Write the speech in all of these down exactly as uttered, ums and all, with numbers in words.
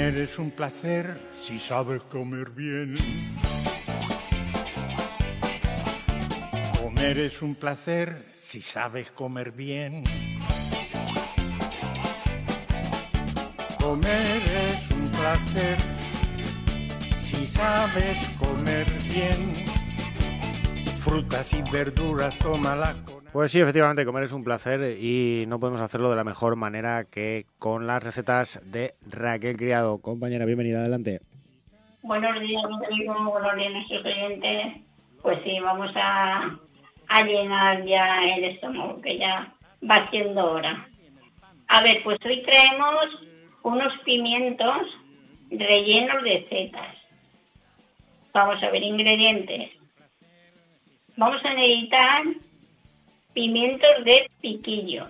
Comer es un placer si sabes comer bien. Comer es un placer si sabes comer bien. Comer es un placer si sabes comer bien. Frutas y verduras, tómalas con... Pues sí, efectivamente, comer es un placer y no podemos hacerlo de la mejor manera que con las recetas de Raquel Criado. Compañera, bienvenida, adelante. Buenos días, Rodrigo, buenos días, nuestros oyentes. Pues sí, vamos a, a llenar ya el estómago, que ya va siendo hora. A ver, pues hoy traemos unos pimientos rellenos de setas. Vamos a ver ingredientes. Vamos a necesitar pimientos de piquillo.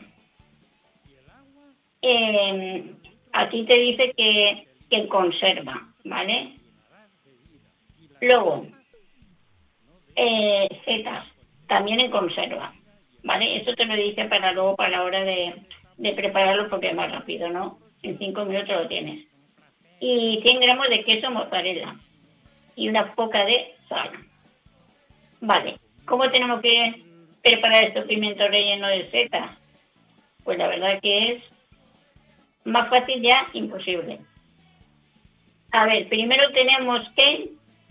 Eh, aquí te dice que, que en conserva, ¿vale? Luego, eh, setas, también en conserva, ¿vale? Eso te lo dice para luego, para la hora de, de prepararlo, porque es más rápido, ¿no? En cinco minutos lo tienes. Y cien gramos de queso mozzarella y una poca de sal. Vale, ¿cómo tenemos que preparar estos pimientos rellenos de setas? Pues la verdad que es más fácil ya imposible. A ver, primero tenemos que...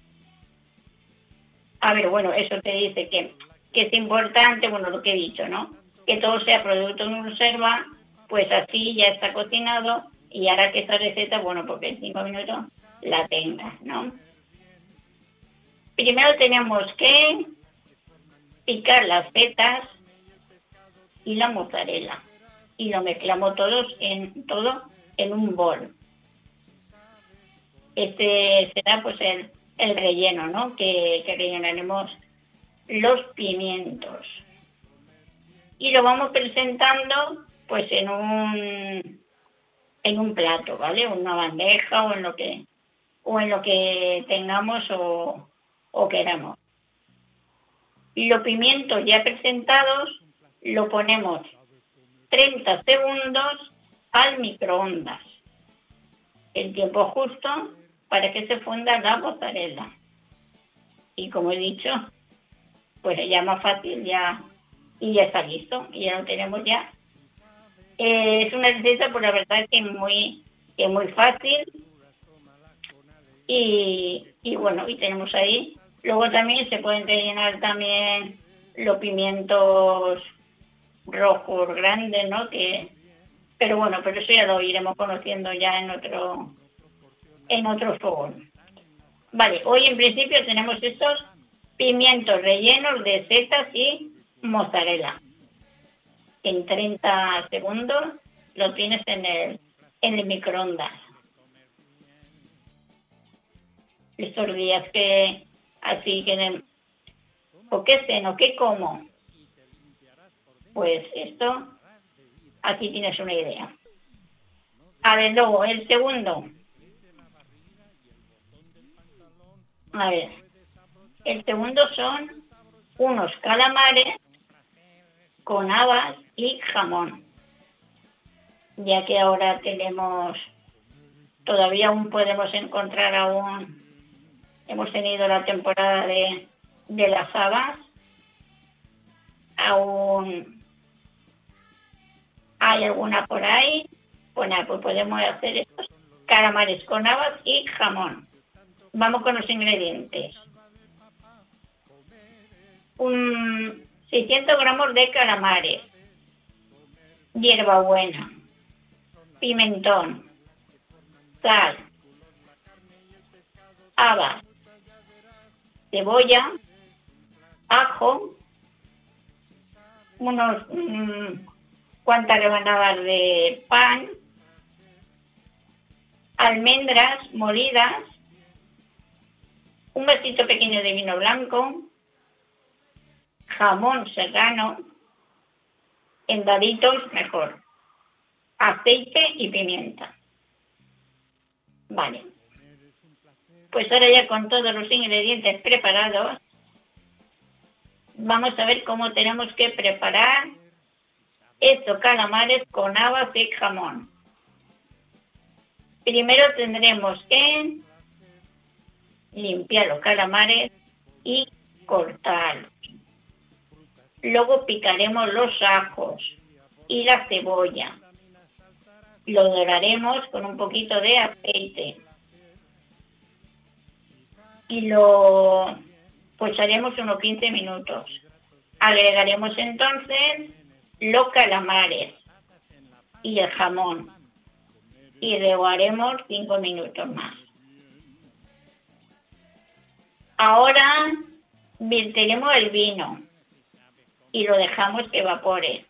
A ver, bueno, eso te dice que, que es importante, bueno, lo que he dicho, ¿no? Que todo sea producto en conserva, pues así ya está cocinado y hará que esa receta, bueno, porque en cinco minutos la tengas, ¿no? Primero tenemos que picar las setas y la mozzarella y lo mezclamos todos en todo en un bol. Este será pues el, el relleno, ¿no? Que, que rellenaremos los pimientos y lo vamos presentando pues en un en un plato, ¿vale? Una bandeja o en lo que o en lo que tengamos o, o queramos. Los pimientos ya presentados lo ponemos treinta segundos al microondas, el tiempo justo para que se funda la mozzarella. Y como he dicho, pues ya más fácil ya y ya está listo y ya lo tenemos ya. Eh, es una receta, pues la verdad que es muy que es muy fácil y, y bueno, y tenemos ahí. Luego también se pueden rellenar también los pimientos rojos grandes, ¿no? Que, pero bueno, pero eso ya lo iremos conociendo ya en otro en otro fogón. Vale, hoy en principio tenemos estos pimientos rellenos de setas y mozzarella. En treinta segundos lo tienes en el en el microondas. Estos días que así que o qué ceno, qué como, pues esto aquí tienes una idea. A ver, luego el segundo. A ver, el segundo son unos calamares con habas y jamón. Ya que ahora tenemos, todavía aún podemos encontrar aún, hemos tenido la temporada de, de las habas, aún hay alguna por ahí, bueno, pues podemos hacer estos calamares con habas y jamón. Vamos con los ingredientes. Un seiscientos gramos de calamares, hierbabuena, pimentón, sal, habas, cebolla, ajo, unos mmm, cuantas rebanadas de pan, almendras molidas, un vasito pequeño de vino blanco, jamón serrano, en daditos mejor, aceite y pimienta. Vale. Pues ahora ya con todos los ingredientes preparados, vamos a ver cómo tenemos que preparar estos calamares con habas y jamón. Primero tendremos que limpiar los calamares y cortarlos. Luego picaremos los ajos y la cebolla. Lo doraremos con un poquito de aceite. Y lo posaremos unos quince minutos. Agregaremos entonces los calamares y el jamón. Y rehogaremos cinco minutos más. Ahora verteremos el vino y lo dejamos que evapore.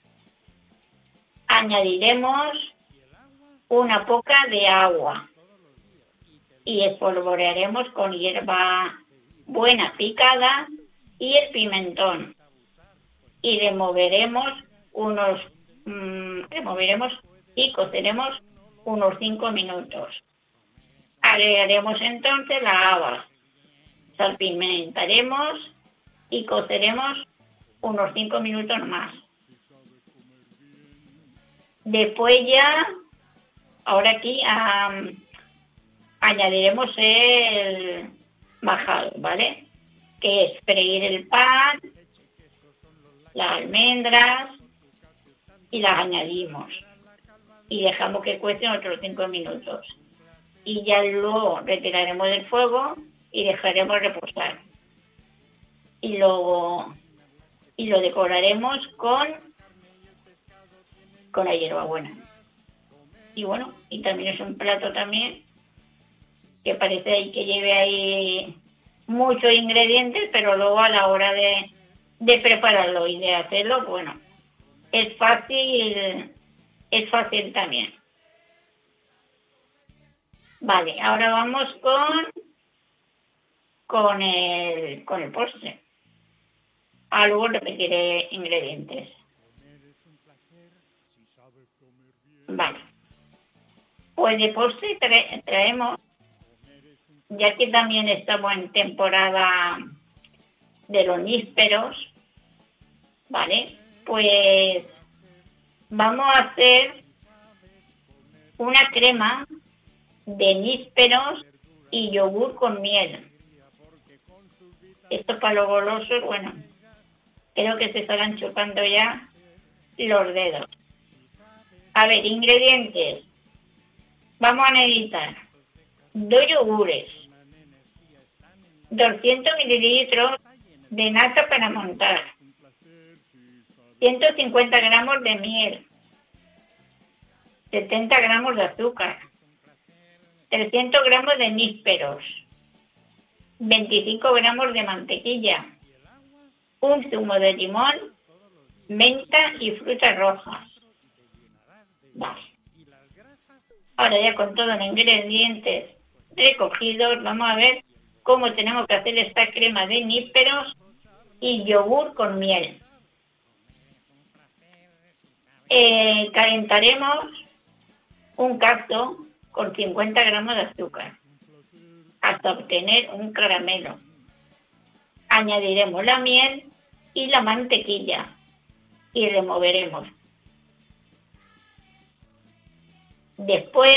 Añadiremos una poca de agua y espolvorearemos con hierba buena picada y el pimentón. Y removeremos unos mmm, removeremos y coceremos unos cinco minutos. Agregaremos entonces la habas, salpimentaremos y coceremos unos cinco minutos más. Después ya, ahora aquí um, añadiremos el majado, ¿vale? Que es freír el pan, las almendras y las añadimos. Y dejamos que cuecen otros cinco minutos. Y ya luego retiraremos del fuego y dejaremos reposar. Y luego y lo decoraremos con con la hierbabuena. Y bueno, y también es un plato también que parece ahí que lleve ahí muchos ingredientes, pero luego a la hora de, de prepararlo y de hacerlo, bueno, es fácil, es fácil también. Vale, ahora vamos con con el con el postre. Ah, luego repetiré ingredientes. Vale. Pues de postre tra- traemos, ya que también estamos en temporada de los nísperos, ¿vale? Pues vamos a hacer una crema de nísperos y yogur con miel. Esto para los golosos, bueno, creo que se estarán chupando ya los dedos. A ver, ingredientes. Vamos a necesitar dos yogures, doscientos mililitros de nata para montar, ciento cincuenta gramos de miel, setenta gramos de azúcar, trescientos gramos de nísperos, veinticinco gramos de mantequilla, un zumo de limón, menta y frutas rojas. Vale. Ahora ya con todos los ingredientes recogidos, vamos a ver cómo tenemos que hacer esta crema de nísperos y yogur con miel. Eh, calentaremos un cazo con cincuenta gramos de azúcar hasta obtener un caramelo. Añadiremos la miel y la mantequilla y removeremos. Después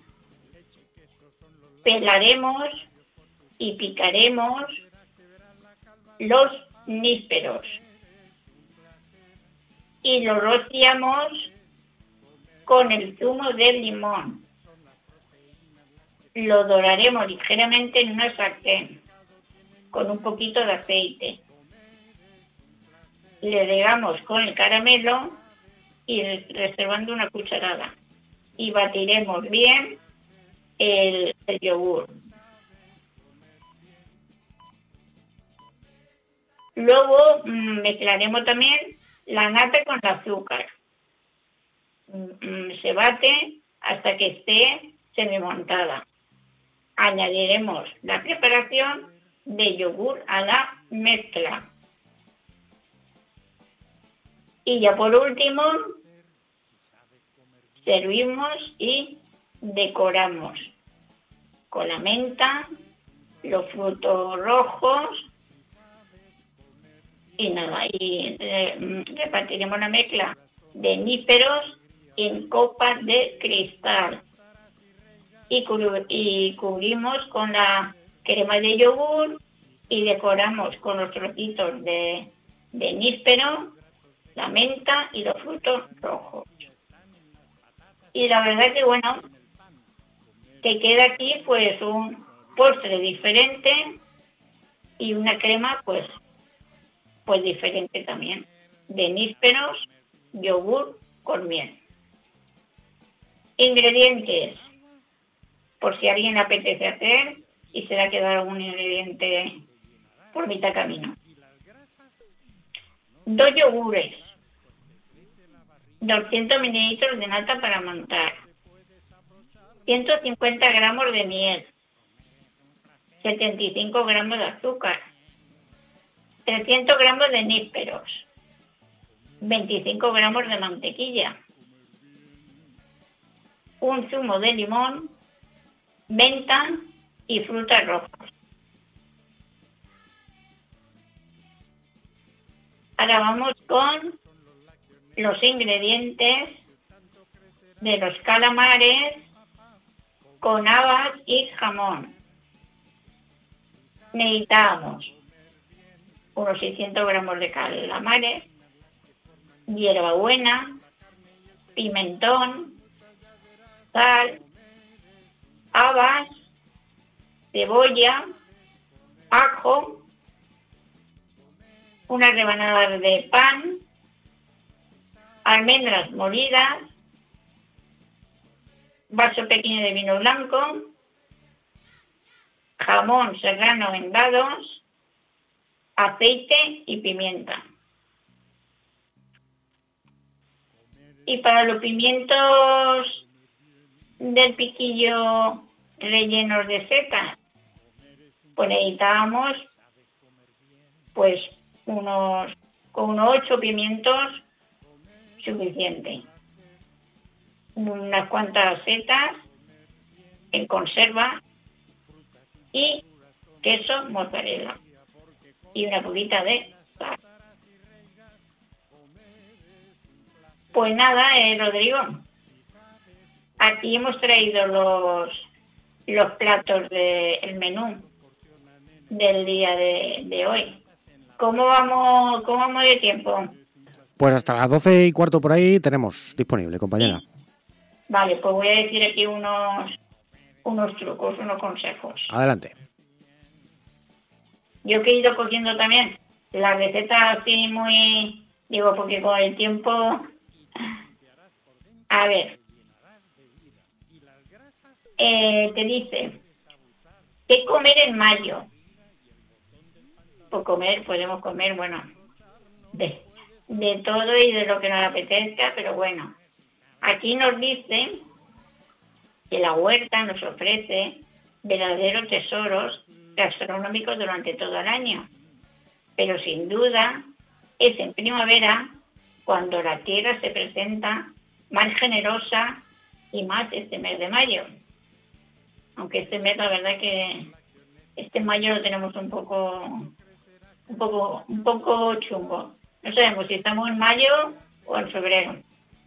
pelaremos y picaremos los nísperos y los rociamos con el zumo del limón. Lo doraremos ligeramente en una sartén con un poquito de aceite. Le regamos con el caramelo y reservando una cucharada. Y batiremos bien el, el yogur. Luego mmm, mezclaremos también la nata con el azúcar. Mm, se bate hasta que esté semimontada. Añadiremos la preparación de yogur a la mezcla. Y ya por último, servimos y decoramos con la menta, los frutos rojos y nada, y eh, repartiremos la mezcla de nísperos en copas de cristal. y, cu- y cubrimos con la crema de yogur y decoramos con los trocitos de, de níspero, la menta y los frutos rojos. Y la verdad que bueno, que queda aquí pues un postre diferente y una crema pues, pues diferente también, de nísperos, yogur con miel. Ingredientes, por si a alguien le apetece hacer y se le ha quedado algún ingrediente por mitad camino. Dos yogures, doscientos mililitros de nata para montar, ciento cincuenta gramos de miel, setenta y cinco gramos de azúcar, trescientos gramos de nísperos, veinticinco gramos de mantequilla, un zumo de limón, menta y frutas rojas. Ahora vamos con los ingredientes de los calamares con habas y jamón. Necesitamos unos seiscientos gramos de calamares, hierbabuena, pimentón, sal, habas, cebolla, ajo, unas rebanadas de pan, almendras molidas, vaso pequeño de vino blanco, jamón serrano en dados, aceite y pimienta. Y para los pimientos del piquillo rellenos de setas, pues necesitábamos pues unos con unos ocho pimientos suficiente, unas cuantas setas en conserva y queso mozzarella y una poquita de sal. Pues nada, eh, Rodrigo, aquí hemos traído los los platos del menú del día de, de hoy. ¿Cómo vamos, cómo vamos de tiempo? Pues hasta las doce y cuarto por ahí tenemos disponible, compañera. Sí. Vale, pues voy a decir aquí unos, unos trucos, unos consejos. Adelante. Yo que he ido cogiendo también las recetas así muy... Digo, porque con el tiempo... A ver. Eh, te dice, ¿qué comer en mayo? Pues comer, podemos comer, bueno, de, de todo y de lo que nos apetezca, pero bueno. Aquí nos dice que la huerta nos ofrece verdaderos tesoros gastronómicos durante todo el año. Pero sin duda es en primavera cuando la tierra se presenta más generosa y más este mes de mayo. Aunque este mes, la verdad que este mayo lo tenemos un poco, un poco, un poco chungo. No sabemos si estamos en mayo o en febrero.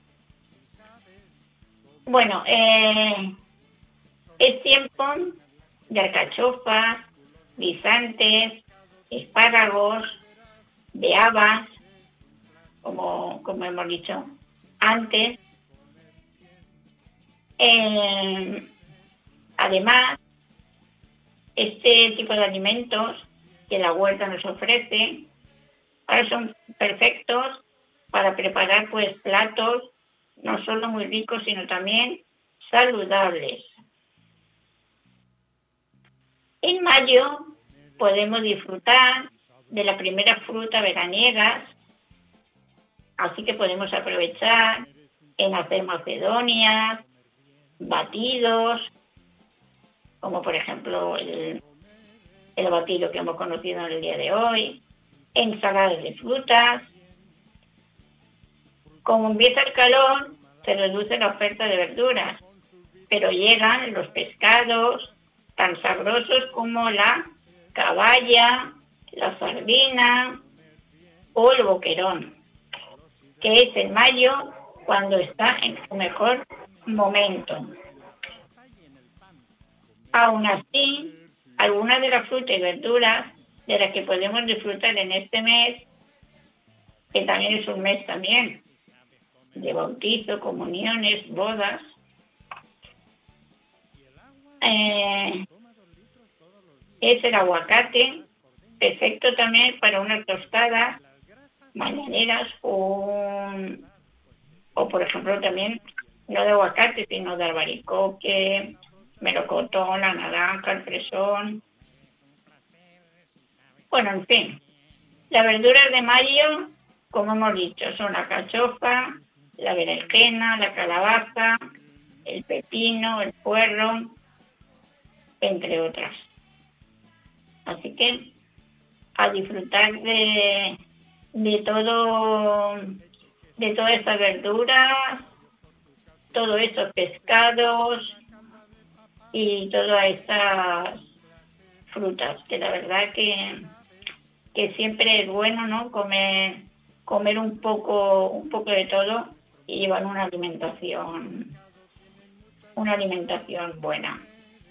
Bueno, eh, es tiempo de alcachofas, guisantes, espárragos, de habas, como, como hemos dicho antes. Eh, además, este tipo de alimentos que la huerta nos ofrece ahora son perfectos para preparar pues platos no solo muy ricos, sino también saludables. En mayo podemos disfrutar de la primera fruta veraniegas, así que podemos aprovechar en hacer macedonias, batidos, como por ejemplo el, el batido que hemos conocido en el día de hoy, ensaladas de frutas. Como empieza el calor, se reduce la oferta de verduras, pero llegan los pescados tan sabrosos como la caballa, la sardina o el boquerón, que es en mayo cuando está en su mejor momento. Aún así, algunas de las frutas y verduras de las que podemos disfrutar en este mes, que también es un mes también de bautizo, comuniones, bodas, eh, es el aguacate, perfecto también para unas tostadas mañaneras o, o por ejemplo también no de aguacate sino de albaricoque, melocotón, la naranja, el fresón. Bueno, en fin, las verduras de mayo, como hemos dicho, son la cachofa, la berenjena, la calabaza, el pepino, el puerro, entre otras. Así que a disfrutar de, de todo, de todas estas verduras, todos estos pescados y todas estas frutas, que la verdad que, que siempre es bueno, ¿no? Comer, comer un poco, un poco de todo y llevar una alimentación, una alimentación buena.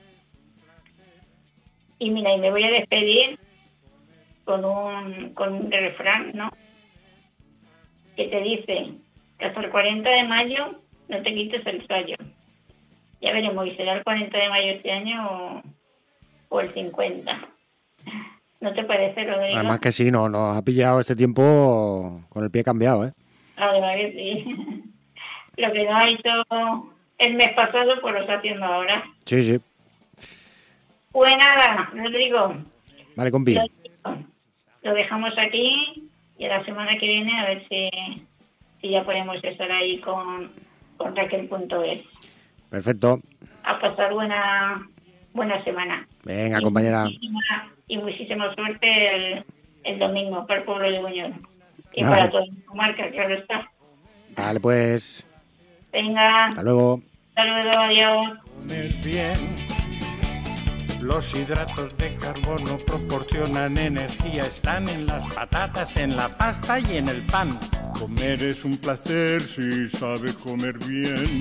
Y mira, y me voy a despedir con un, con un refrán, ¿no? Que te dice que hasta el cuarenta de mayo no te quites el sayo. Ya veremos, ¿y será el cuarenta de mayo este año o, o el cincuenta? ¿No te parece, Rodrigo? Además que sí, no, nos ha pillado este tiempo con el pie cambiado, ¿eh? Además que sí. Lo que no ha hecho el mes pasado, pues lo está haciendo ahora. Sí, sí. Pues nada, Rodrigo. Vale, compi. Lo, lo dejamos aquí y la semana que viene a ver si, si ya podemos estar ahí con, con Raquel punto es. Perfecto. A pasar buena buena semana. Venga, y compañera. Muchísima, y muchísima suerte el, el domingo para el pueblo de Buñol. Y vale. para toda la comarca, claro está. Vale, pues. Venga. Hasta luego. Saludos, adiós. Comer bien. Los hidratos de carbono proporcionan energía, están en las patatas, en la pasta y en el pan. Comer es un placer si sabes comer bien.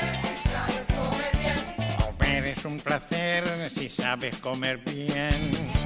Comer es un placer si sabes comer bien.